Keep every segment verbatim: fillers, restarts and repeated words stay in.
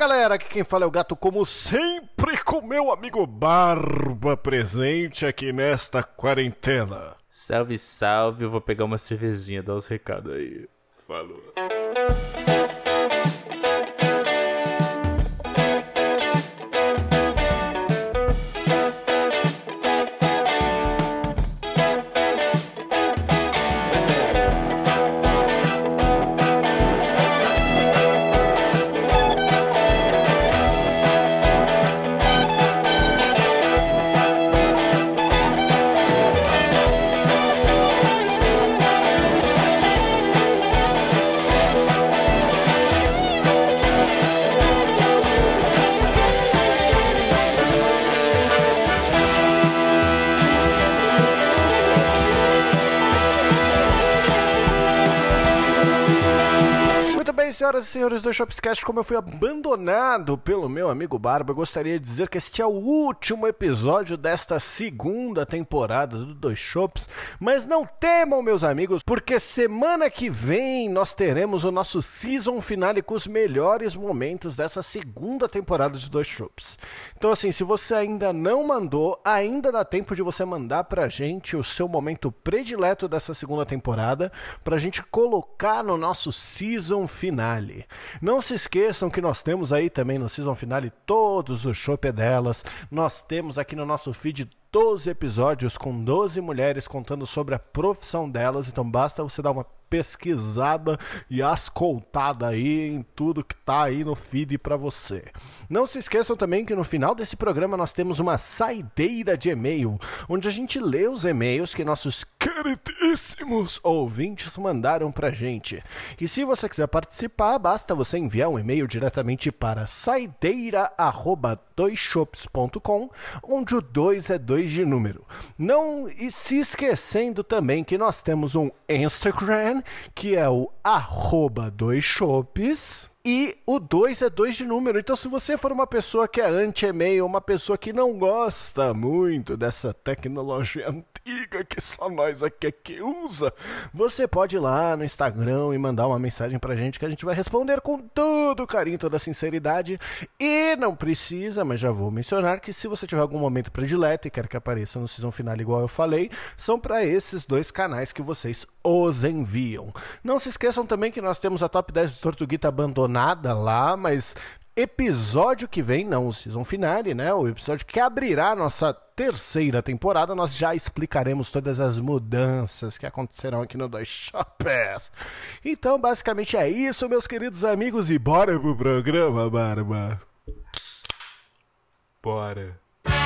galera, aqui quem fala é o Gato, como sempre, com meu amigo Barba presente aqui nesta quarentena. Salve, salve, eu vou pegar uma cervejinha, dá os recados aí. Falou. Senhoras e senhores do Shopscast, como eu fui abandonado pelo meu amigo Barba, eu gostaria de dizer que este é o último episódio desta segunda temporada do Dois Shops, mas não temam, meus amigos, porque semana que vem nós teremos o nosso season finale com os melhores momentos dessa segunda temporada de Dois Shops. Então assim, se você ainda não mandou, ainda dá tempo de você mandar pra gente o seu momento predileto dessa segunda temporada, pra gente colocar no nosso season finale. Não se esqueçam que nós temos aí também no season finale todos os Shop delas. Nós temos aqui no nosso feed doze episódios com doze mulheres contando sobre a profissão delas. Então basta você dar uma pesquisada e ascoltada aí em tudo que tá aí no feed pra você. Não se esqueçam também que no final desse programa nós temos uma saideira de e-mail, onde a gente lê os e-mails que nossos queridíssimos ouvintes mandaram pra gente. E se você quiser participar, basta você enviar um e-mail diretamente para saideira arroba dois shops ponto com, onde o dois é dois de número. Não e se esquecendo também que nós temos um Instagram, que é o arroba dois shops, e o dois é dois de número. Então se você for uma pessoa que é anti-e-mail, uma pessoa que não gosta muito dessa tecnologia antiga que só nós aqui, aqui usa, você pode ir lá no Instagram e mandar uma mensagem pra gente que a gente vai responder com todo o carinho, toda a sinceridade. E não precisa, mas já vou mencionar que se você tiver algum momento predileto e quer que apareça no season final igual eu falei, são para esses dois canais que vocês os enviam. Não se esqueçam também que nós temos a Top dez do Tortuguita abandonada lá, mas episódio que vem, não o season finale, né? O episódio que abrirá a nossa terceira temporada, nós já explicaremos todas as mudanças que acontecerão aqui no Dois Shops. Então, basicamente é isso, meus queridos amigos, e bora pro programa, Barba. Bora.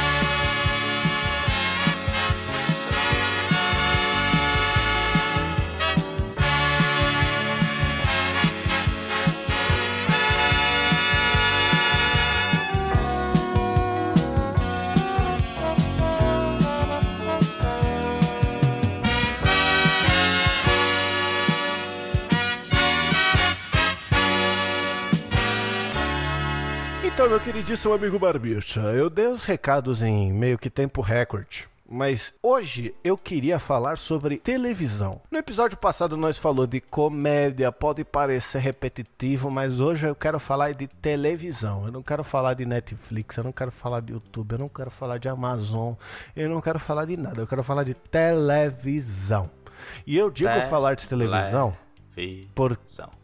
Então, meu queridíssimo amigo Barbicha, eu dei os recados em meio que tempo recorde, mas hoje eu queria falar sobre televisão. No episódio passado nós falamos de comédia, pode parecer repetitivo, mas hoje eu quero falar de televisão. Eu não quero falar de Netflix, eu não quero falar de YouTube, eu não quero falar de Amazon, eu não quero falar de nada, eu quero falar de televisão. E eu digo Te- falar de televisão por...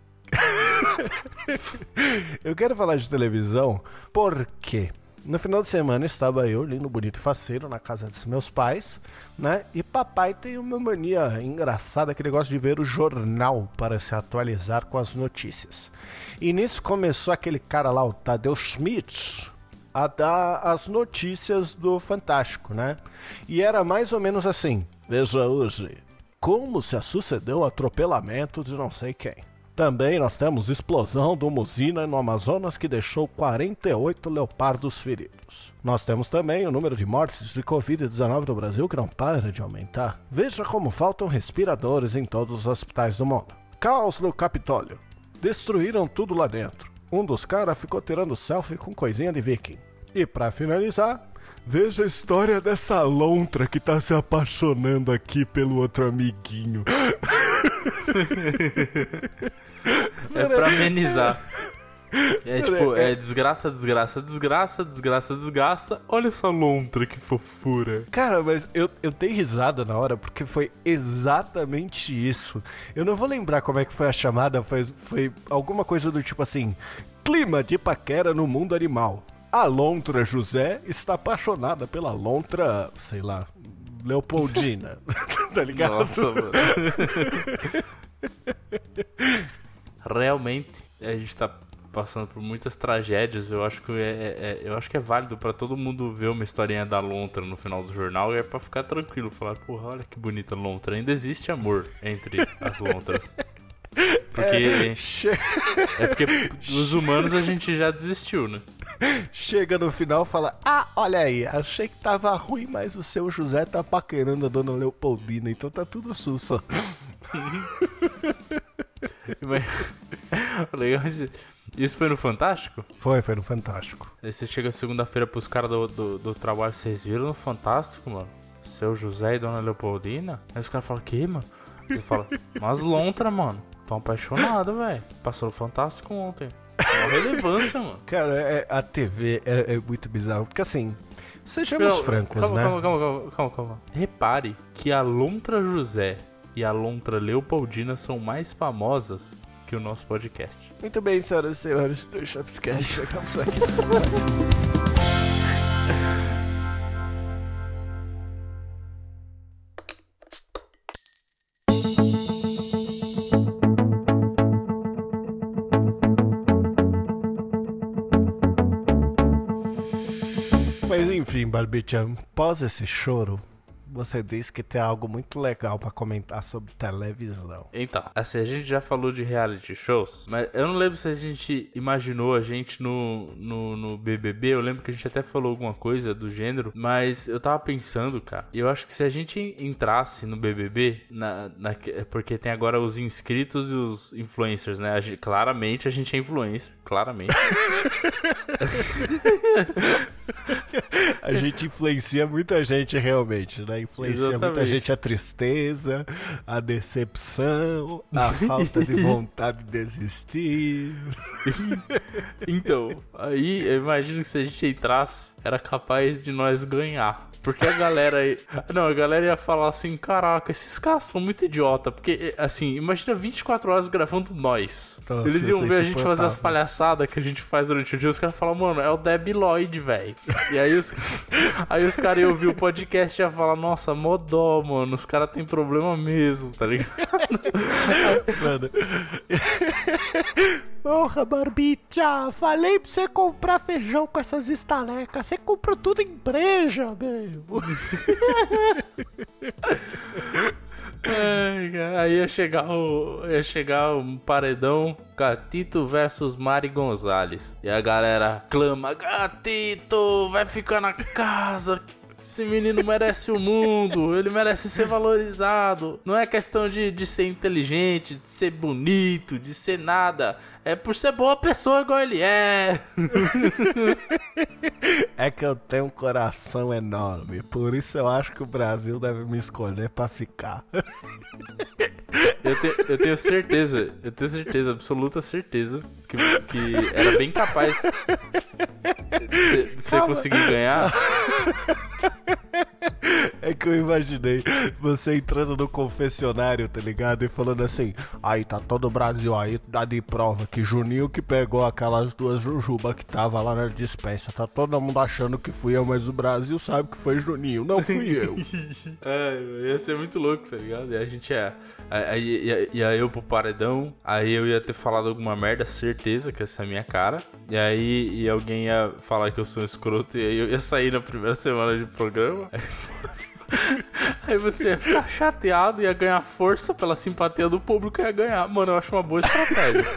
Eu quero falar de televisão porque no final de semana estava eu, lindo, bonito e faceiro, na casa dos meus pais, né? E papai tem uma mania engraçada que ele gosta de ver o jornal para se atualizar com as notícias. E nisso começou aquele cara lá, o Tadeu Schmidt, a dar as notícias do Fantástico, né? E era mais ou menos assim: veja hoje como se sucedeu o atropelamento de não sei quem. Também nós temos explosão de uma usina no Amazonas que deixou quarenta e oito leopardos feridos. Nós temos também o número de mortes de covid dezenove no Brasil que não para de aumentar. Veja como faltam respiradores em todos os hospitais do mundo. Caos no Capitólio. Destruíram tudo lá dentro. Um dos caras ficou tirando selfie com coisinha de viking. E pra finalizar, veja a história dessa lontra que tá se apaixonando aqui pelo outro amiguinho. É pra amenizar. É tipo, é desgraça, desgraça, desgraça, desgraça, desgraça. Olha essa lontra, que fofura. Cara, mas eu, eu dei risada na hora porque foi exatamente isso. Eu não vou lembrar como é que foi a chamada, foi, foi alguma coisa do tipo assim: clima de paquera no mundo animal. A lontra José está apaixonada pela lontra, sei lá, Leopoldina. Tá ligado? Nossa, mano. Realmente, a gente tá passando por muitas tragédias. Eu acho que é, é, eu acho que é válido pra todo mundo ver uma historinha da lontra no final do jornal. E é pra ficar tranquilo, falar, porra, olha que bonita lontra. Ainda existe amor entre as lontras. Porque é, che... é porque os humanos a gente já desistiu, né? Chega no final e fala: ah, olha aí, achei que tava ruim, mas o seu José tá paquerando a dona Leopoldina, então tá tudo sussa. Isso foi no Fantástico? Foi, foi no Fantástico. Aí você chega segunda-feira pros caras do, do, do trabalho, vocês viram no Fantástico, mano? Seu José e dona Leopoldina? Aí os caras falam, que, mano? Ele fala, mas lontra, mano. Tão apaixonado, velho. Passou no Fantástico ontem. Uma relevância, mano. Cara, é, a T V é, é muito bizarro. Porque assim, sejamos Não, francos, calma, né? Calma, calma, calma, calma, calma. Repare que a lontra José e a lontra Leopoldina são mais famosas que o nosso podcast. Muito bem, senhoras e senhores do Shopscast. Chegamos aqui para mais. Mas enfim, Barbichan, após esse choro, você disse que tem algo muito legal pra comentar sobre televisão. Então, assim, a gente já falou de reality shows, mas eu não lembro se a gente imaginou a gente no, no, no B B B, eu lembro que a gente até falou alguma coisa do gênero, mas eu tava pensando, cara, eu acho que se a gente entrasse no B B B, na, na, porque tem agora os inscritos e os influencers, né? A gente, claramente a gente é influencer, claramente. A gente influencia muita gente realmente, né? Influencia Exatamente. Muita gente a tristeza, a decepção, a falta de vontade de desistir. Então, aí eu imagino que se a gente entrasse, era capaz de nós ganhar. Porque a galera aí... Não, a galera ia falar assim, caraca, esses caras são muito idiota. Porque, assim, imagina vinte e quatro horas gravando nós. Nossa, eles iam ver a gente fazer as insuportável. palhaçadas que a gente faz durante o dia. Os caras falam, mano, é o Debi Lloyd, velho. E aí os, aí os caras iam ouvir o podcast e iam falar, nossa, mó dó, mano. Os caras têm problema mesmo, tá ligado? Mano. Porra, Barbicha, falei pra você comprar feijão com essas estalecas. Você comprou tudo em breja, meu. Ai, cara, aí ia chegar o. Ia chegar um paredão Gatito versus Mari Gonzalez. E a galera clama: Gatito, vai ficar na casa. Esse menino merece o mundo, ele merece ser valorizado. Não é questão de, de ser inteligente, de ser bonito, de ser nada. É por ser boa pessoa igual ele é. É que eu tenho um coração enorme, por isso eu acho que o Brasil deve me escolher pra ficar. Eu, te, eu tenho certeza, eu tenho certeza, absoluta certeza, que, que era bem capaz de você conseguir ganhar. É que eu imaginei você entrando no confessionário, tá ligado? E falando assim, aí tá todo o Brasil aí, dá de prova que Juninho que pegou aquelas duas jujubas que tava lá na dispensa. Tá todo mundo achando que fui eu, mas o Brasil sabe que foi Juninho, não fui eu. É, ia ser muito louco, tá ligado? E a gente ia, aí ia, ia eu pro paredão, aí eu ia ter falado alguma merda, certeza que essa é a minha cara. E aí e alguém ia falar que eu sou um escroto, e aí eu ia sair na primeira semana de programa. Aí você ia ficar chateado, ia ganhar força pela simpatia do público e ia ganhar. Mano, eu acho uma boa estratégia.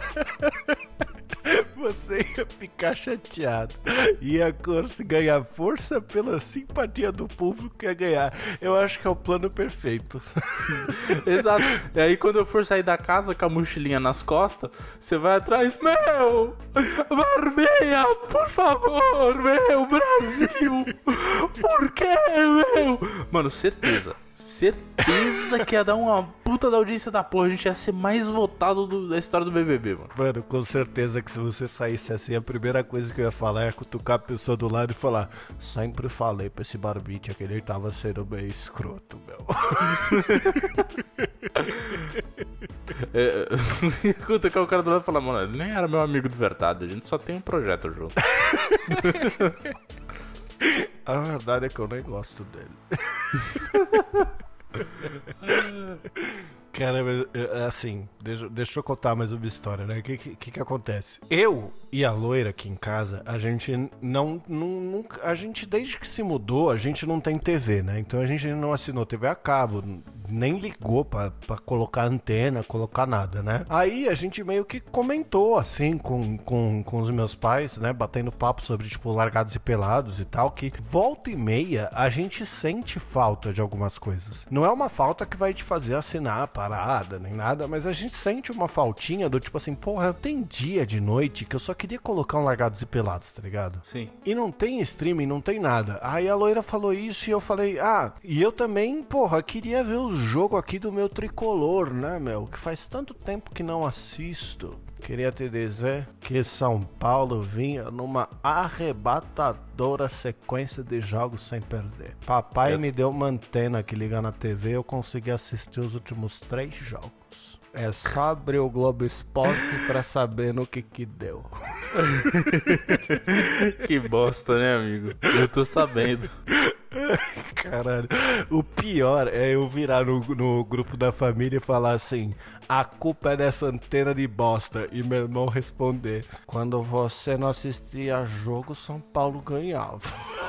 Você ia ficar chateado, ia ganhar força pela simpatia do público e ia ganhar. Eu acho que é o plano perfeito. Exato. E aí quando eu for sair da casa com a mochilinha nas costas, você vai atrás, meu, Barbeia, por favor, meu, Brasil, por que, meu? Mano, certeza, Certeza que ia dar uma puta da audiência da porra. A gente ia ser mais votado do, da história do B B B, mano. Mano, com certeza que se você saísse assim, a primeira coisa que eu ia falar é cutucar a pessoa do lado e falar: sempre falei pra esse Barbicha que ele tava sendo meio escroto, meu. É, cutucar o cara do lado e falar: mano, ele nem era meu amigo de verdade, a gente só tem um projeto junto. A verdade é que eu nem gosto dele. Cara, mas, assim, deixa, deixa eu contar mais uma história, né? O que, que que acontece? Eu e a loira aqui em casa, a gente não, não, não... A gente, desde que se mudou, a gente não tem T V, né? Então a gente não assinou T V a cabo, nem ligou pra, pra colocar antena, colocar nada, né? Aí a gente meio que comentou, assim, com, com, com os meus pais, né? Batendo papo sobre, tipo, Largados e Pelados e tal, que volta e meia a gente sente falta de algumas coisas. Não é uma falta que vai te fazer assinar a parada, nem nada, mas a gente sente uma faltinha do tipo assim, porra, tem dia de noite que eu só queria colocar um Largados e Pelados, tá ligado? Sim. E não tem streaming, não tem nada. Aí a loira falou isso e eu falei, ah, e eu também, porra, queria ver os jogo aqui do meu tricolor, né, meu? Que faz tanto tempo que não assisto. Queria te dizer que São Paulo vinha numa arrebatadora sequência de jogos sem perder. Papai é. me deu uma antena que liga na T V, eu consegui assistir os últimos três jogos. É só abrir o Globo Esporte pra saber no que que deu. Que bosta, né, amigo? Eu tô sabendo. Caralho, o pior é eu virar no, no grupo da família e falar assim: a culpa é dessa antena de bosta. E meu irmão responder: quando você não assistia jogo, São Paulo ganhava.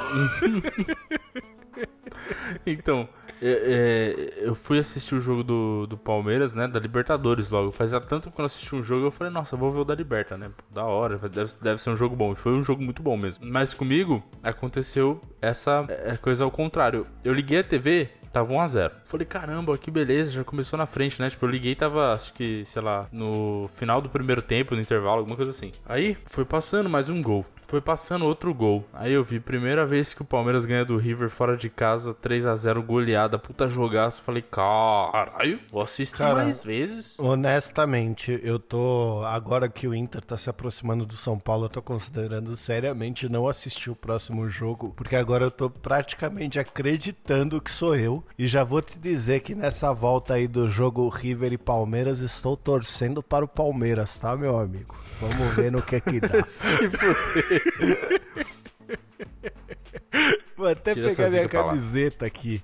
Então, é, é, eu fui assistir o jogo do, do Palmeiras, né, da Libertadores logo. Fazia tanto que eu não assisti um jogo, eu falei, nossa, eu vou ver o da Liberta, né, da hora, deve, deve ser um jogo bom. E foi um jogo muito bom mesmo. Mas comigo, aconteceu essa é, coisa ao contrário. Eu liguei a T V, tava um a zero. Falei, caramba, que beleza, já começou na frente, né? Tipo, eu liguei e tava, acho que, sei lá, no final do primeiro tempo, no intervalo, alguma coisa assim. Aí, foi passando mais um gol. Foi passando outro gol. Aí eu vi, primeira vez que o Palmeiras ganha do River fora de casa, três a zero, goleada, puta jogaço. Falei, caralho, vou assistir Cara, mais vezes. Honestamente, eu tô... Agora que o Inter tá se aproximando do São Paulo, eu tô considerando seriamente não assistir o próximo jogo, porque agora eu tô praticamente acreditando que sou eu. E já vou te dizer que nessa volta aí do jogo River e Palmeiras, estou torcendo para o Palmeiras, tá, meu amigo? Vamos ver no que é que dá. Se fuder. Vou até Tira pegar minha camiseta aqui.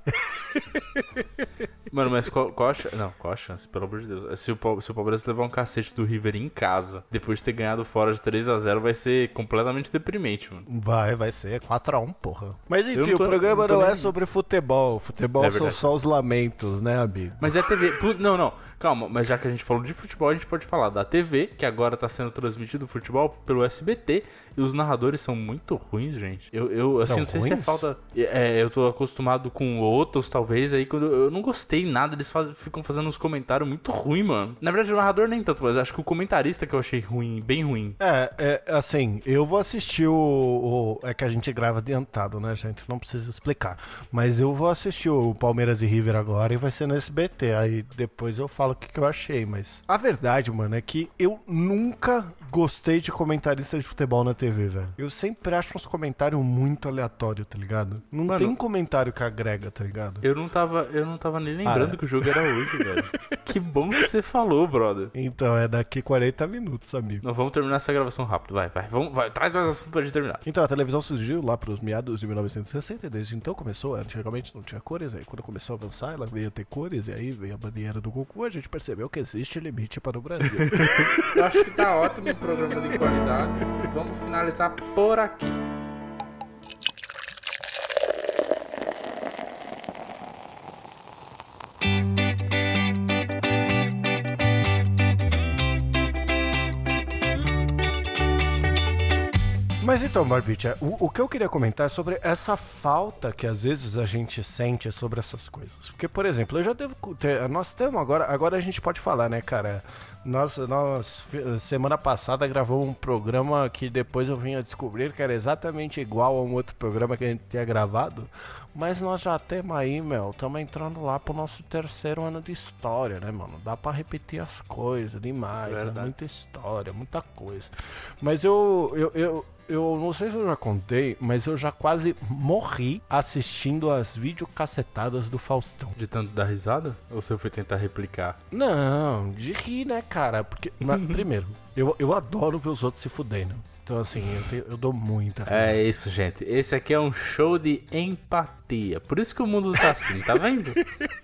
Mano, mas qual, qual a chance? Não, qual a chance? Pelo amor de Deus. Se o, se o Palmeiras levar um cacete do River em casa, depois de ter ganhado fora de três a zero, vai ser completamente deprimente, mano. Vai, vai ser quatro a um, porra. Mas enfim, tô, o programa não, não é nem... sobre futebol. Futebol é são só os lamentos, né, amigo? Mas é T V. Não, não, calma. Mas já que a gente falou de futebol, a gente pode falar da T V, que agora tá sendo transmitido futebol pelo S B T. E os narradores são muito ruins, gente. Eu, eu assim, não sei ruins? se é falta... É, eu tô acostumado com outros, talvez, aí quando eu não gostei nada, eles faz, ficam fazendo uns comentários muito ruins, mano. Na verdade, o narrador nem tanto, mas acho que o comentarista que eu achei ruim, bem ruim. É, é assim, eu vou assistir o, o... É que a gente grava adiantado, né, gente? Não precisa explicar. Mas eu vou assistir o Palmeiras e River agora e vai ser no S B T. Aí depois eu falo o que, que eu achei, mas... A verdade, mano, é que eu nunca gostei de comentarista de futebol na T V, velho. Eu sempre acho uns comentários muito aleatórios, tá ligado? Não Mano, tem comentário que agrega, tá ligado? Eu não tava, eu não tava nem lembrando ah, é? que o jogo era hoje, velho. Que bom que você falou, brother. Então, é daqui quarenta minutos, amigo. Não, vamos terminar essa gravação rápido, vai, vai. Vamos, vai, traz mais assunto pra gente terminar. Então, a televisão surgiu lá pros meados de mil novecentos e sessenta, e desde então começou, antigamente não tinha cores, aí quando começou a avançar, ela veio a ter cores, e aí veio a bandeira do Goku, a gente percebeu que existe limite para o Brasil. Eu acho que tá ótimo o programa de qualidade. Vamos finalizar por aqui. Mas então, Barbicha, o, o que eu queria comentar é sobre essa falta que às vezes a gente sente sobre essas coisas. Porque, por exemplo, eu já devo ter... Nós temos agora... Agora a gente pode falar, né, cara? Nós, nós semana passada gravou um programa que depois eu vim a descobrir que era exatamente igual a um outro programa que a gente tinha gravado. Mas nós já temos aí, meu, estamos entrando lá pro nosso terceiro ano de história, né, mano? Dá pra repetir as coisas demais, é muita história, muita coisa. Mas eu, eu, eu, eu não sei se eu já contei, mas eu já quase morri assistindo as videocassetadas do Faustão. De tanto dar risada? Ou você foi tentar replicar? Não, de rir, né, cara? Porque, mas, primeiro, eu, eu adoro ver os outros se fudendo. Então, assim, eu, tenho, eu dou muita risada. É isso, gente. Esse aqui é um show de empatia. Por isso que o mundo tá assim, tá vendo?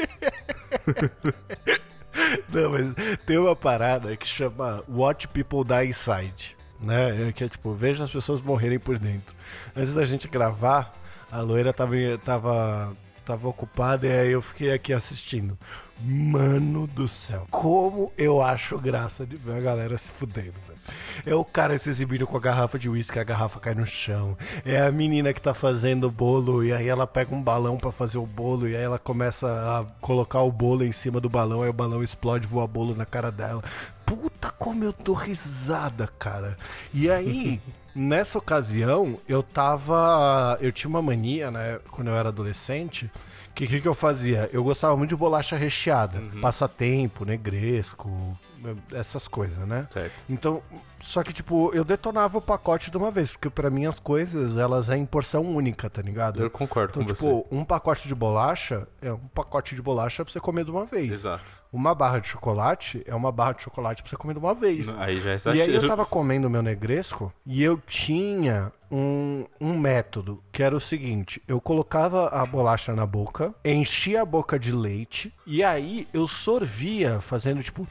Não, mas tem uma parada que chama Watch People Die Inside, né? Que é tipo, veja as pessoas morrerem por dentro. Antes da gente gravar, a loira tava, tava, tava ocupada e aí eu fiquei aqui assistindo. Mano do céu, como eu acho graça de ver a galera se fudendo, velho. É o cara se exibindo com a garrafa de uísque, a garrafa cai no chão. É a menina que tá fazendo o bolo e aí ela pega um balão pra fazer o bolo e aí ela começa a colocar o bolo em cima do balão, aí o balão explode, voa bolo na cara dela. Puta, como eu dou risada, cara. E aí, nessa ocasião, eu tava... Eu tinha uma mania, né, quando eu era adolescente... O que, que que eu fazia? Eu gostava muito de bolacha recheada. Uhum. Passatempo, negresco, essas coisas, né? Certo. Então, só que, tipo, eu detonava o pacote de uma vez, porque pra mim as coisas, elas é em porção única, tá ligado? Eu concordo então, com tipo, você. Então, tipo, um pacote de bolacha é um pacote de bolacha pra você comer de uma vez. Exato. Uma barra de chocolate é uma barra de chocolate pra você comer de uma vez. Aí já é exagero. E aí eu tava comendo meu negresco e eu tinha um, um método, que era o seguinte, eu colocava a bolacha na boca, enchia a boca de leite e aí eu sorvia fazendo tipo...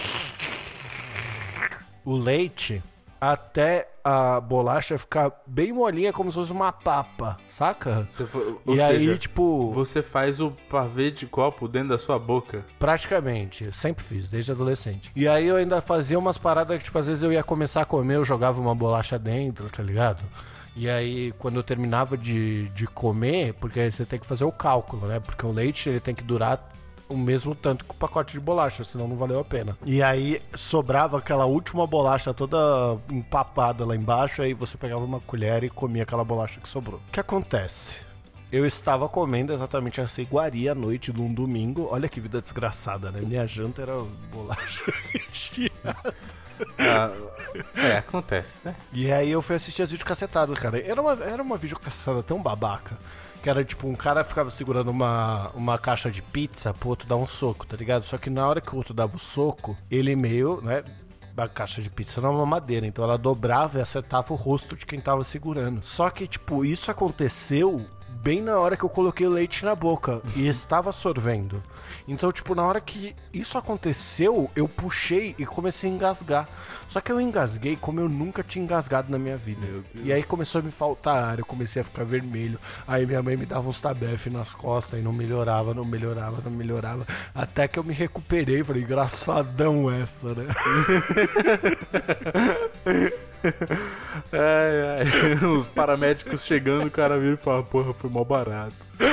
o leite até a bolacha ficar bem molinha, como se fosse uma papa, saca? Você for, e seja, aí, tipo... Você faz o pavê de copo dentro da sua boca? Praticamente, eu sempre fiz, desde adolescente. E aí eu ainda fazia umas paradas que, tipo, às vezes eu ia começar a comer, eu jogava uma bolacha dentro, tá ligado? E aí, quando eu terminava de, de comer, porque aí você tem que fazer o cálculo, né? Porque o leite, ele tem que durar... o mesmo tanto que o pacote de bolacha, senão não valeu a pena. E aí sobrava aquela última bolacha toda empapada lá embaixo, aí você pegava uma colher e comia aquela bolacha que sobrou. O que acontece? Eu estava comendo exatamente essa iguaria à noite de um domingo. Olha que vida desgraçada, né? Minha janta era bolacha recheada. Ah, é, acontece, né? E aí eu fui assistir as videocassetadas, cara. Era uma, era uma videocassetada tão babaca. Que era tipo, um cara ficava segurando uma, uma caixa de pizza pro outro dar um soco, tá ligado? Só que na hora que o outro dava o soco, ele meio, né? A caixa de pizza era uma madeira, então ela dobrava e acertava o rosto de quem tava segurando. Só que, tipo, isso aconteceu bem na hora que eu coloquei o leite na boca e estava sorvendo. Então, tipo, na hora que isso aconteceu, eu puxei e comecei a engasgar. Só que eu engasguei como eu nunca tinha engasgado na minha vida. E aí começou a me faltar ar, eu comecei a ficar vermelho. Aí minha mãe me dava uns tabef nas costas e não melhorava, não melhorava, não melhorava. Até que eu me recuperei, falei, engraçadão essa, né? Ai, ai. Os paramédicos chegando, o cara vira e fala, porra, foi mó barato.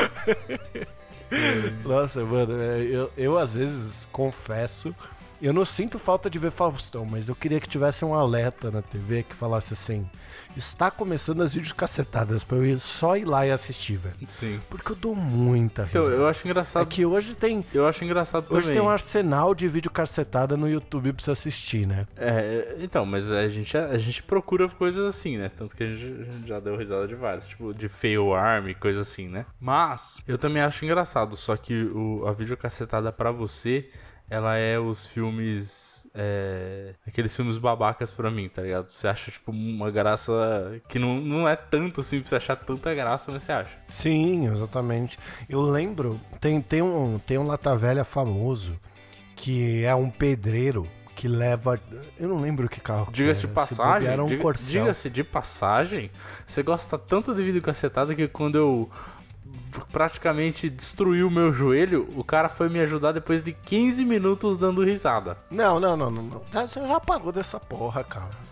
Nossa, mano, eu, eu às vezes confesso, eu não sinto falta de ver Faustão, mas eu queria que tivesse um alerta na T V que falasse assim, está começando as videocassetadas pra eu ir, só ir lá e assistir, velho. Sim. Porque eu dou muita risada. Então, eu acho engraçado. É que hoje tem... Eu acho engraçado Hoje também. tem um arsenal de videocassetada no YouTube pra você assistir, né? É, então, mas a gente, a, a gente procura coisas assim, né? Tanto que a gente, a gente já deu risada de vários, tipo, de Fail Arm, coisa assim, né? Mas, eu também acho engraçado, só que o, a videocassetada pra você... Ela é os filmes... É, aqueles filmes babacas pra mim, tá ligado? Você acha, tipo, uma graça que não, não é tanto, assim, pra você achar tanta graça, mas você acha. Sim, exatamente. Eu lembro... Tem, tem, um, tem um Lata Velha famoso que é um pedreiro que leva... Eu não lembro que carro que Diga-se de passagem... Era um diga, Corcel. Diga-se de passagem... Você gosta tanto de videocassetada que quando eu... praticamente destruiu o meu joelho, o cara foi me ajudar depois de quinze minutos dando risada. Não, não, não, não, não. Já, já parou dessa porra, cara.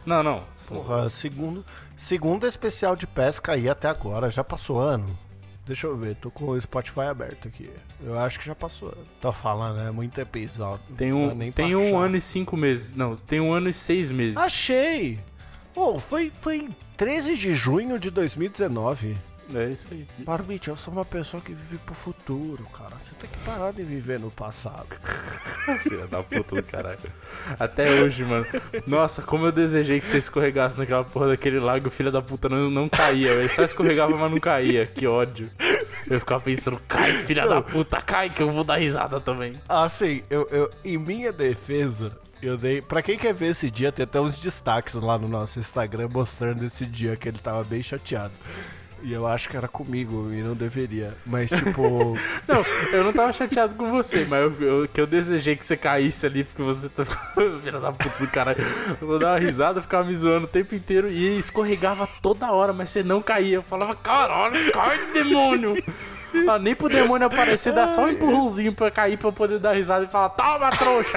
Não, não. Porra, segundo, segundo especial de pesca aí até agora, já passou ano? Deixa eu ver, tô com o Spotify aberto aqui. Eu acho que já passou. Tô falando, é muito episódio. Tem um, tem um ano e cinco meses. Não, tem um ano e seis meses. Achei! Oh, foi, foi treze de junho de dois mil e dezenove. É isso aí. Barbite, eu sou uma pessoa que vive pro futuro, cara. Você tem que parar de viver no passado. Filha da puta do caralho. Até hoje, mano. Nossa, como eu desejei que você escorregasse naquela porra daquele lago. Filha da puta não, não caía. Ele só escorregava, mas não caía. Que ódio. Eu ficava pensando, cai, filha da puta, cai, que eu vou dar risada também. Assim, eu, eu, em minha defesa, eu dei... Pra quem quer ver esse dia, tem até uns destaques lá no nosso Instagram mostrando esse dia que ele tava bem chateado. E eu acho que era comigo e não deveria. Mas, tipo... Não, eu não tava chateado com você, mas eu, eu, que eu desejei que você caísse ali, porque você tá... Filha da puta do caralho. Eu vou dar uma risada, ficava me zoando o tempo inteiro e escorregava toda hora, mas você não caía. Eu falava, caralho, cai, demônio! Ah, nem pro demônio aparecer, dá só um empurrãozinho pra cair, pra eu poder dar risada e falar, toma, trouxa!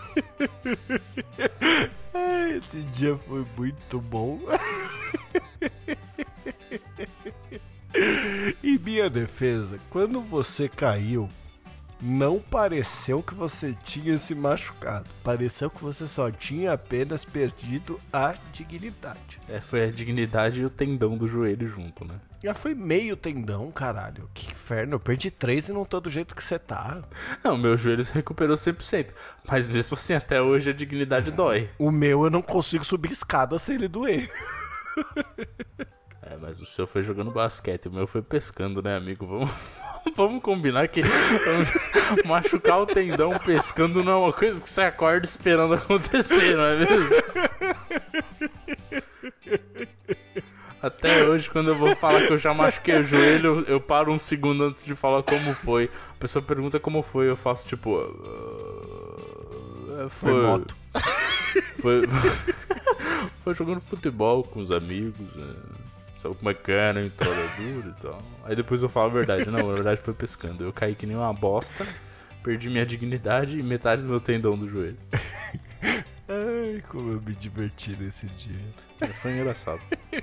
Esse dia foi muito bom. Em minha defesa, quando você caiu, não pareceu que você tinha se machucado. Pareceu que você só tinha apenas perdido a dignidade. É, foi a dignidade e o tendão do joelho junto, né? Já foi meio tendão, caralho. Que inferno, eu perdi três e não tô do jeito que você tá. Não, meu joelho se recuperou cem por cento. Mas mesmo assim, até hoje a dignidade dói. O meu eu não consigo subir escada sem ele doer. É, mas o seu foi jogando basquete, o meu foi pescando, né, amigo? Vamos, vamos combinar que machucar o tendão pescando não é uma coisa que você acorda esperando acontecer, não é mesmo? Até hoje, quando eu vou falar que eu já machuquei o joelho, eu paro um segundo antes de falar como foi. A pessoa pergunta como foi, eu faço tipo... Uh, foi... Foi moto. Foi... foi jogando futebol com os amigos, né? Sabe como é que é, né? Entroladura e tal. Aí depois eu falo a verdade. Não, na verdade foi pescando. Eu caí que nem uma bosta, perdi minha dignidade e metade do meu tendão do joelho. Ai, como eu me diverti nesse dia. É, foi engraçado.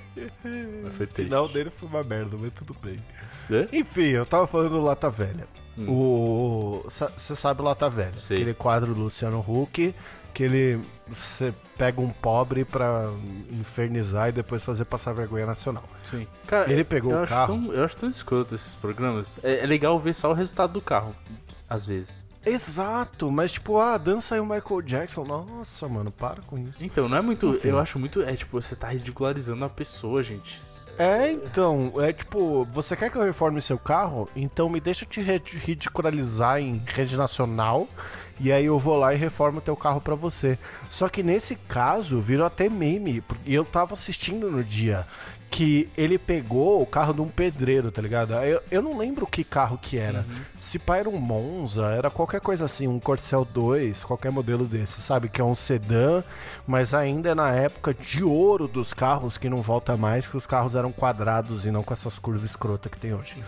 Mas foi triste. O final dele foi uma merda, mas tudo bem. É? Enfim, eu tava falando do Lata Velha. Hum. O... Você sabe o Lata Velha? Sei. Aquele quadro do Luciano Huck, que ele... Você pega um pobre pra infernizar e depois fazer passar vergonha nacional. Sim. Cara, ele pegou eu o carro... Acho tão, eu acho tão escroto esses programas. É, é legal ver só o resultado do carro, às vezes. Exato, mas tipo, ah, dança aí o Michael Jackson. Nossa, mano, para com isso. Então, não é muito... Enfim. Eu acho muito... É tipo, você tá ridicularizando a pessoa, gente. É, então, é tipo, você quer que eu reforme seu carro? Então me deixa te ridicularizar em rede nacional e aí eu vou lá e reformo teu carro pra você. Só que nesse caso virou até meme, e eu tava assistindo no dia que ele pegou o carro de um pedreiro, tá ligado? Eu, eu não lembro que carro que era. Uhum. Se pá era um Monza, era qualquer coisa assim, um Corcel dois, qualquer modelo desse, sabe? Que é um sedã, mas ainda é na época de ouro dos carros, que não volta mais, que os carros eram quadrados e não com essas curvas escrotas que tem hoje.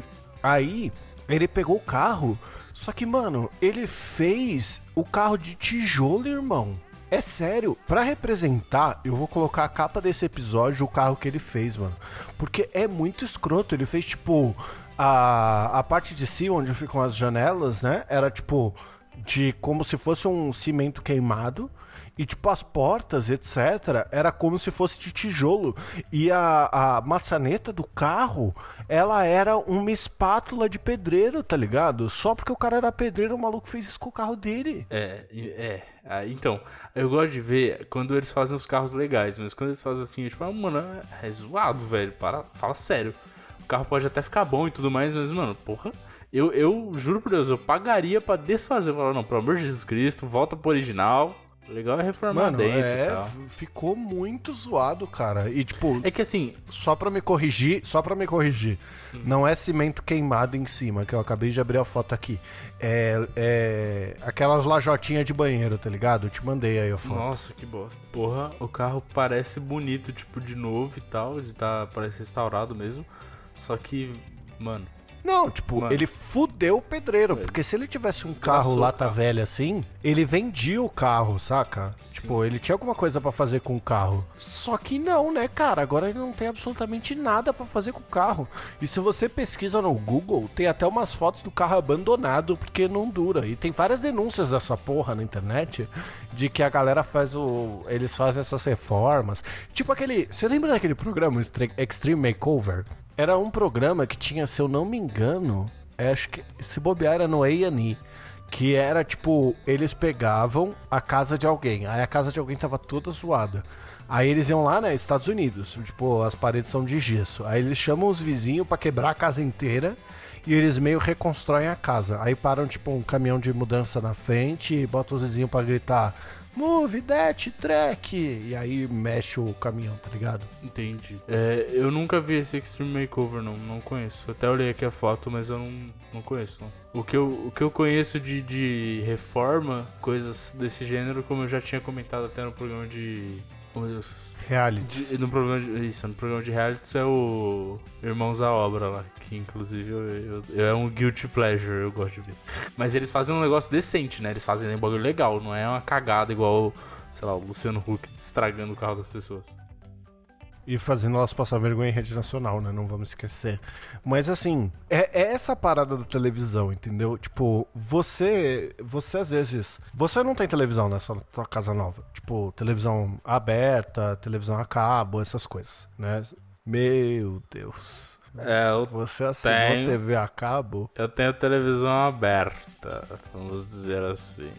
Aí, ele pegou o carro, só que, mano, ele fez o carro de tijolo, irmão. É sério, pra representar, eu vou colocar a capa desse episódio, o carro que ele fez, mano. Porque é muito escroto, ele fez, tipo, a, a parte de cima, onde ficam as janelas, né? Era, tipo, de como se fosse um cimento queimado. E, tipo, as portas, etcétera, era como se fosse de tijolo. E a, a maçaneta do carro, ela era uma espátula de pedreiro, tá ligado? Só porque o cara era pedreiro, o maluco fez isso com o carro dele. É, é. Ah, então, eu gosto de ver quando eles fazem os carros legais, mas quando eles fazem assim, tipo, ah, mano, é zoado, velho. Para, fala sério. O carro pode até ficar bom e tudo mais, mas, mano, porra... Eu, eu juro por Deus, eu pagaria pra desfazer. Eu falar, não, pelo amor de Jesus Cristo, volta pro original... O legal é reformar Mano, dentro é, e tal. Ficou muito zoado, cara. E tipo... É que assim... Só pra me corrigir, só pra me corrigir. Hum. Não é cimento queimado em cima, que eu acabei de abrir a foto aqui. É, é aquelas lajotinhas de banheiro, tá ligado? Eu te mandei aí a foto. Nossa, que bosta. Porra, o carro parece bonito, tipo, de novo e tal. De tá, parece restaurado mesmo. Só que, mano... Não, tipo, Mano. ele fudeu o pedreiro, Ele porque se ele tivesse um desgraçou carro o lata carro. velha assim, ele vendia o carro, saca? Sim. Tipo, ele tinha alguma coisa pra fazer com o carro. Só que não, né, cara? Agora ele não tem absolutamente nada pra fazer com o carro. E se você pesquisa no Google, tem até umas fotos do carro abandonado porque não dura. E tem várias denúncias dessa porra na internet de que a galera faz o... Eles fazem essas reformas. Tipo aquele... Você lembra daquele programa Extre- Extreme Makeover? Era um programa que tinha, se eu não me engano, é, acho que se bobear era no A and E, que era tipo, eles pegavam a casa de alguém, aí a casa de alguém tava toda zoada. Aí eles iam lá, né, Estados Unidos, tipo, as paredes são de gesso. Aí eles chamam os vizinhos pra quebrar a casa inteira e eles meio reconstroem a casa. Aí param, tipo, um caminhão de mudança na frente e botam os vizinhos pra gritar: Move, that, track! E aí mexe o caminhão, tá ligado? Entendi. É, eu nunca vi esse Extreme Makeover, não. Não conheço. Até olhei aqui a foto, mas eu não, não conheço, não. O que eu, o que eu conheço de, de reforma, coisas desse gênero, como eu já tinha comentado até no programa de... Oh, meu Deus. Realities. De- no programa de, isso, no programa de reality é o Irmãos à Obra lá, que inclusive eu, eu, eu- é um guilty pleasure, eu gosto de ver. Mas eles fazem um negócio decente, né? Eles fazem um bagulho legal, não é uma cagada igual, sei lá, o Luciano Huck estragando o carro das pessoas. E fazendo elas passar vergonha em rede nacional, né? Não vamos esquecer. Mas assim, é, é essa parada da televisão, entendeu? Tipo, você. Você às vezes. Você não tem televisão nessa tua casa nova. Tipo, televisão aberta, televisão a cabo, essas coisas, né? Meu Deus. É, eu, Você assinou Tenho. T V a cabo? eu tenho televisão aberta, vamos dizer assim.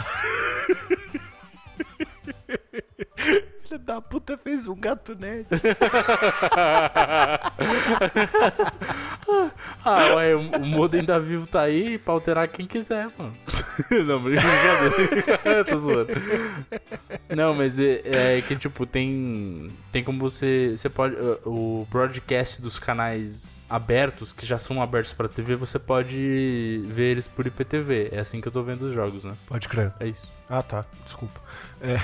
Filho da puta fez um gatunete. Ah, ué, o, o modem da Vivo tá aí pra alterar quem quiser, mano. Não, brincadeira. Tô zoando. Não, mas é, é que, tipo, tem tem como você... Você pode... O broadcast dos canais abertos, que já são abertos pra T V, você pode ver eles por I P T V. É assim que eu tô vendo os jogos, né? Pode crer. É isso. Ah, tá. Desculpa. É.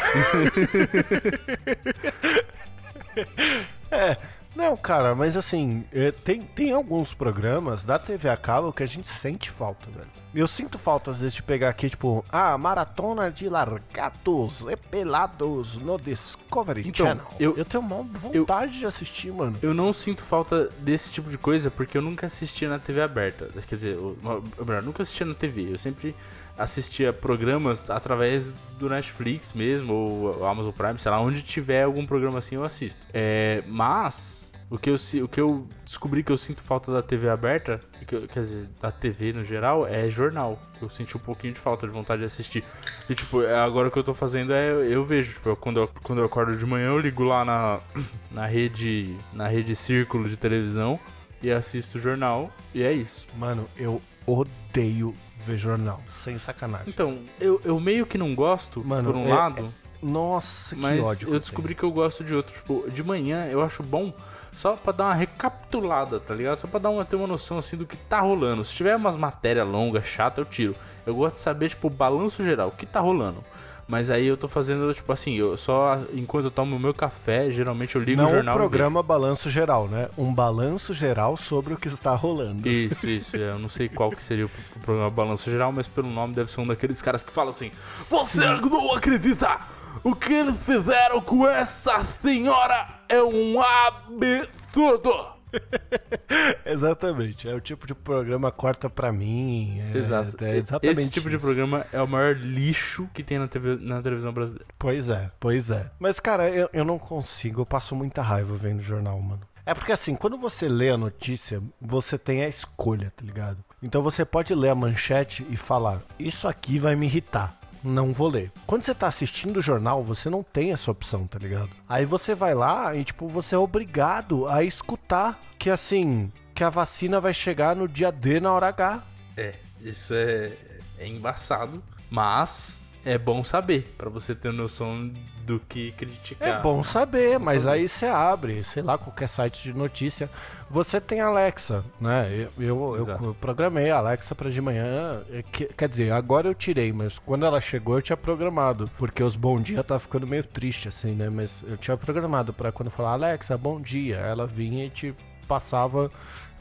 É, não, cara, mas assim, é, tem, tem alguns programas da T V a cabo que a gente sente falta, velho. Eu sinto falta, às vezes, de pegar aqui, tipo, ah, maratona de largatos e pelados no Discovery Então, Channel. eu- Eu tenho uma vontade de assistir, mano. Eu não sinto falta desse tipo de coisa porque eu nunca assistia na T V aberta. Quer dizer, eu, ou melhor, nunca assistia na T V. Eu sempre assistia programas através do Netflix mesmo, ou Amazon Prime, sei lá, onde tiver algum programa assim eu assisto. É, mas o que, eu, si- o que eu descobri que eu sinto falta da T V aberta, que eu- quer dizer, da T V no geral, é jornal. Eu senti um pouquinho de falta, de vontade de assistir. E tipo, é, agora o que eu tô fazendo é, eu vejo, tipo, eu- quando, eu, quando eu acordo de manhã, eu ligo lá na, na rede, na rede Círculo de televisão e assisto o jornal, e é isso. Mano, eu odeio ver jornal, sem sacanagem. Então, eu, eu meio que não gosto, Mano, por um é- lado, Nossa, que mas ódio. que eu descobri que eu gosto de outro. Tipo, de manhã eu acho bom só pra dar uma recapitulada, tá ligado? Só pra dar uma, ter uma noção assim do que tá rolando. Se tiver umas matérias longas, chatas, eu tiro. Eu gosto de saber, tipo, o balanço geral, o que tá rolando. Mas aí eu tô fazendo, tipo assim, eu só enquanto eu tomo o meu café, geralmente eu ligo Não o jornal. um e programa balanço geral, né? Um balanço geral sobre o que está rolando. vejo. Isso, isso. é, Eu não sei qual que seria o o programa Balanço Geral, mas pelo nome deve ser um daqueles caras que fala assim: Você não acredita! O que eles fizeram com essa senhora é um absurdo! Exatamente, é o tipo de programa corta pra mim. É, Exato. É exatamente Esse tipo de isso. programa é o maior lixo que tem na, T V, na televisão brasileira. Pois é, pois é. Mas, cara, eu, eu não consigo, eu passo muita raiva vendo jornal, mano. É porque assim, quando você lê a notícia, você tem a escolha, tá ligado? Então você pode ler a manchete e falar: isso aqui vai me irritar. Não vou ler. Quando você tá assistindo o jornal, você não tem essa opção, tá ligado? Aí você vai lá e, tipo, você é obrigado a escutar que, assim, que a vacina vai chegar no dia D na hora H. É, isso é, é embaçado, mas é bom saber, pra você ter noção do que criticar. É bom saber, mas aí você abre, sei lá, qualquer site de notícia. Você tem Alexa, né? Eu, eu, eu Exato. programei a Alexa pra de manhã. é que- Quer dizer, agora eu tirei, mas quando ela chegou eu tinha programado. Porque os bom dia tá ficando meio triste, assim, né? Mas eu tinha programado pra quando eu falar Alexa, bom dia, ela vinha e te passava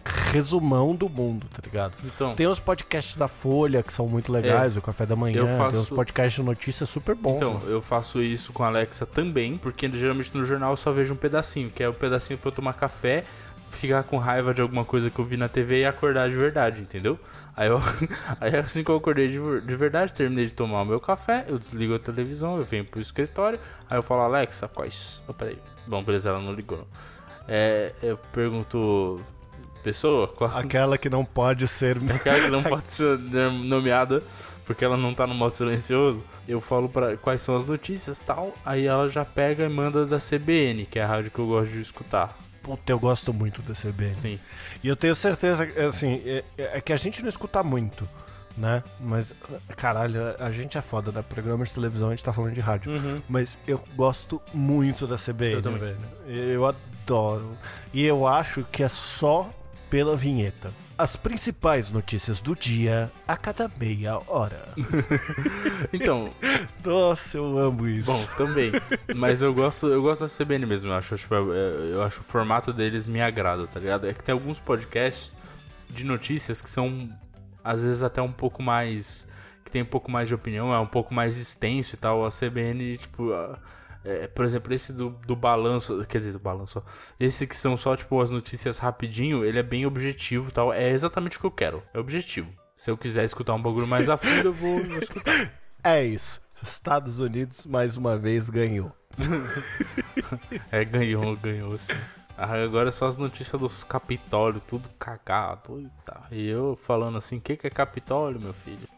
resumão do mundo, tá ligado? Então, tem os podcasts da Folha que são muito legais, é, o Café da Manhã, faço... tem os podcasts de notícias super bons. Então, né? eu faço isso com a Alexa também, porque geralmente no jornal eu só vejo um pedacinho, que é o um pedacinho pra eu tomar café, ficar com raiva de alguma coisa que eu vi na T V e acordar de verdade, entendeu? Aí, eu, aí assim que eu acordei de, de verdade, terminei de tomar o meu café, eu desligo a televisão, eu venho pro escritório, aí eu falo, Alexa, quais? Oh, peraí. Bom, beleza, ela não ligou não. É, eu pergunto, pessoa, qual... Aquela que não pode ser... Aquela que não pode ser nomeada, porque ela não tá no modo silencioso. Eu falo pra quais são as notícias e tal, aí ela já pega e manda da C B N, que é a rádio que eu gosto de escutar. Puta, eu gosto muito da C B N. Sim. E eu tenho certeza, assim, é, é que a gente não escuta muito, né? Mas, caralho, a gente é foda, né? Programa de televisão, a gente tá falando de rádio. Uhum. Mas eu gosto muito da C B N, Eu também. velho. Eu adoro. E eu acho que é só pela vinheta. As principais notícias do dia a cada meia hora. Então, nossa, eu amo isso. bom, também. Mas eu gosto, eu gosto da C B N mesmo. Eu acho, tipo, eu acho o formato deles me agrada, tá ligado? É que tem alguns podcasts de notícias que são, às vezes, até um pouco mais... que tem um pouco mais de opinião, é um pouco mais extenso e tal. A C B N, tipo... É, por exemplo, esse do, do balanço, quer dizer, do balanço, esse que são só, tipo, as notícias rapidinho, ele é bem objetivo e tal, é exatamente o que eu quero, é objetivo. Se eu quiser escutar um bagulho mais a fundo, eu vou, vou escutar. É isso, Estados Unidos mais uma vez ganhou. É, ganhou, ganhou sim. Agora é só as notícias dos Capitólio, tudo cagado e tal. E eu falando assim, o que, que é Capitólio, meu filho?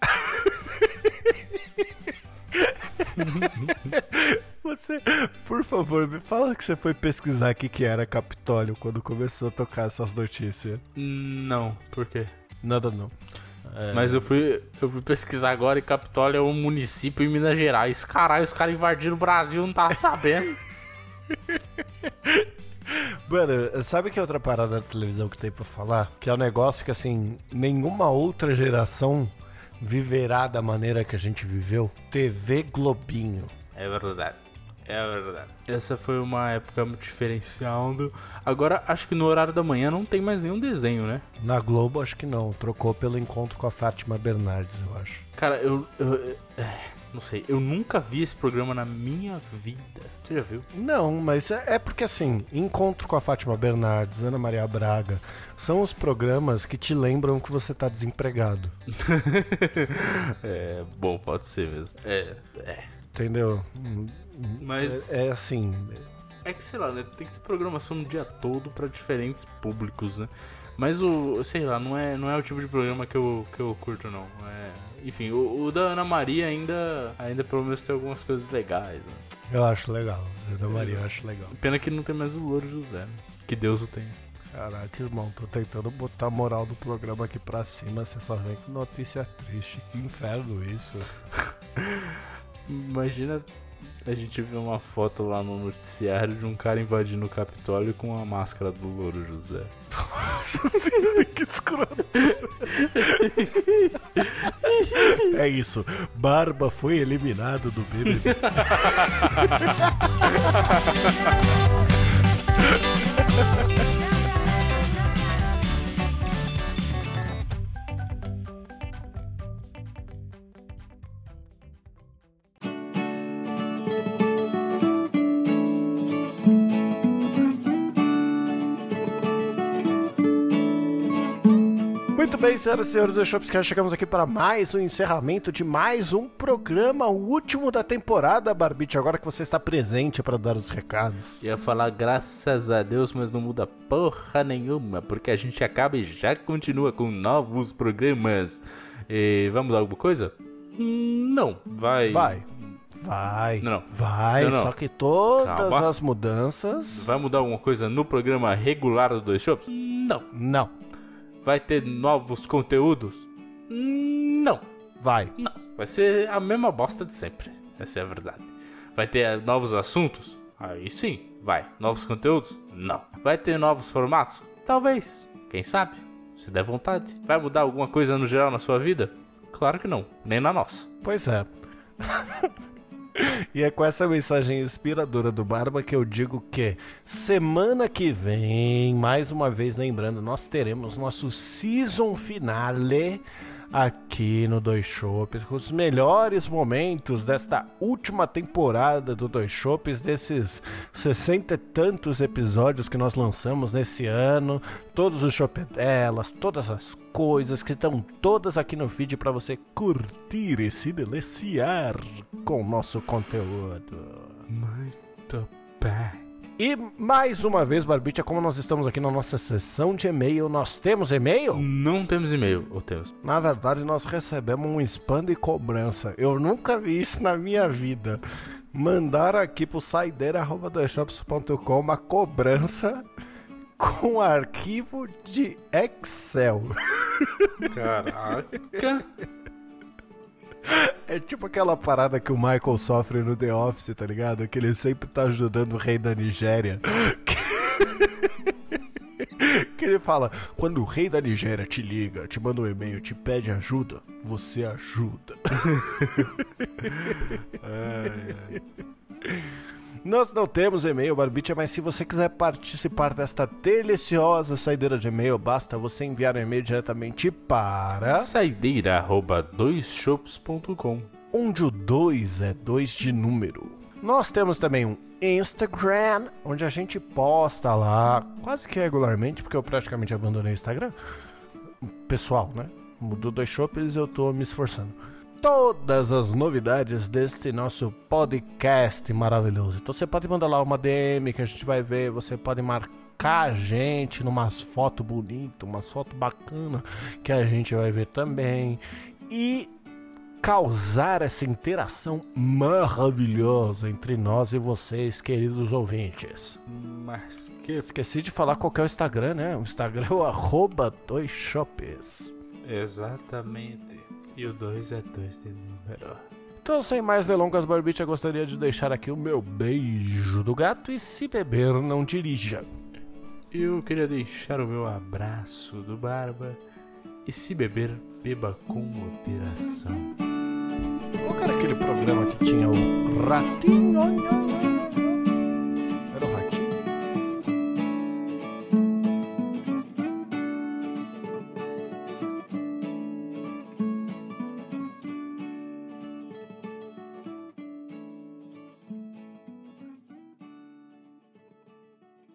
Você, por favor, me fala que você foi pesquisar o que, que era Capitólio quando começou a tocar essas notícias. Não, por quê? Nada não. É... Mas eu fui, eu fui pesquisar agora e Capitólio é um município em Minas Gerais. Caralho, os caras invadiram o Brasil, não tava sabendo. Mano, sabe que outra parada da televisão que tem pra falar? Que é um negócio que, assim, nenhuma outra geração viverá da maneira que a gente viveu. T V Globinho. É verdade. É verdade. Essa foi uma época muito diferencial. Do... Agora, acho que no horário da manhã não tem mais nenhum desenho, né? Na Globo, acho que não. Trocou pelo encontro com a Fátima Bernardes, eu acho. Cara, eu... eu, eu não sei. Eu nunca vi esse programa na minha vida. Você já viu? Não, mas é, é porque, assim, Encontro com a Fátima Bernardes, Ana Maria Braga, são os programas que te lembram que você tá desempregado. É, bom, pode ser mesmo. É, é. Entendeu? Mas... É, é assim... É que, sei lá, né? Tem que ter programação no dia todo pra diferentes públicos, né? Mas o... sei lá, não é, não é o tipo de programa que eu, que eu curto, não. É... Enfim, o, o da Ana Maria ainda... Ainda pelo menos tem algumas coisas legais, né? Eu acho legal. O da Maria eu acho legal. Pena que não tem mais o Louro José, né? Que Deus o tenha. Caraca, irmão, tô tentando botar a moral do programa aqui pra cima. Você só vem com notícia triste. Que inferno isso. Imagina a gente ver uma foto lá no noticiário de um cara invadindo o Capitólio com a máscara do Louro José. Nossa senhora, que escroto. É isso, Barba foi eliminado do B B B. Muito bem, senhoras e senhores do Shopscast, chegamos aqui para mais um encerramento de mais um programa, o último da temporada, Barbite, agora que você está presente para dar os recados. Ia falar graças a Deus, mas não muda porra nenhuma, porque a gente acaba e já continua com novos programas. E vamos mudar alguma coisa? Hum, não, vai... Vai. Vai, não, vai, não, não. Só que todas Calma. as mudanças... Vai mudar alguma coisa no programa regular do Dois Shops? Não. Não. Vai ter novos conteúdos? Não. Vai. Não. Vai ser a mesma bosta de sempre. Essa é a verdade. Vai ter novos assuntos? Aí sim, vai. Novos conteúdos? Não. Vai ter novos formatos? Talvez. Quem sabe? Se der vontade. Vai mudar alguma coisa no geral na sua vida? Claro que não. Nem na nossa. Pois é. E é com essa mensagem inspiradora do Barba que eu digo que semana que vem, mais uma vez lembrando, nós teremos nosso season finale aqui no Dois Chopes, com os melhores momentos desta última temporada do Dois Chopes, desses sessenta e tantos episódios que nós lançamos nesse ano, todos os chopedelas, todas as coisas que estão todas aqui no feed para você curtir e se deliciar com o nosso conteúdo. Muito bem. E mais uma vez, Barbicha, como nós estamos aqui na nossa sessão de e-mail, nós temos e-mail? Não temos e-mail, ou temos? Na verdade, nós recebemos um spam de cobrança. Eu nunca vi isso na minha vida. Mandaram aqui pro saideira arroba dois shops ponto com uma cobrança com arquivo de Excel. Caraca. É tipo aquela parada que o Michael sofre no The Office, tá ligado? Que ele sempre tá ajudando o rei da Nigéria. Que ele fala, quando o rei da Nigéria te liga, te manda um e-mail, te pede ajuda, você ajuda. Ai, ai. Nós não temos e-mail, Barbicha, mas se você quiser participar desta deliciosa saideira de e-mail, basta você enviar um e-mail diretamente para saideira arroba dois shops ponto com, onde o dois é dois de número. Nós temos também um Instagram, onde a gente posta lá, quase que regularmente, porque eu praticamente abandonei o Instagram. Pessoal, né? Mudou dois shoppers e eu tô me esforçando. Todas as novidades desse nosso podcast maravilhoso. Então você pode mandar lá uma D M que a gente vai ver, você pode marcar a gente numas fotos bonitas, umas fotos bacanas que a gente vai ver também. E causar essa interação maravilhosa entre nós e vocês, queridos ouvintes. Mas que... Esqueci de falar qual que é o Instagram, né? O Instagram é o arroba dois shoppes. Exatamente. E o dois é dois de número. Então, sem mais delongas, Barbicha, gostaria de deixar aqui o meu beijo do gato e se beber, não dirija. Eu queria deixar o meu abraço do Barba e se beber, beba com moderação. Qual era aquele programa que tinha o Ratinho?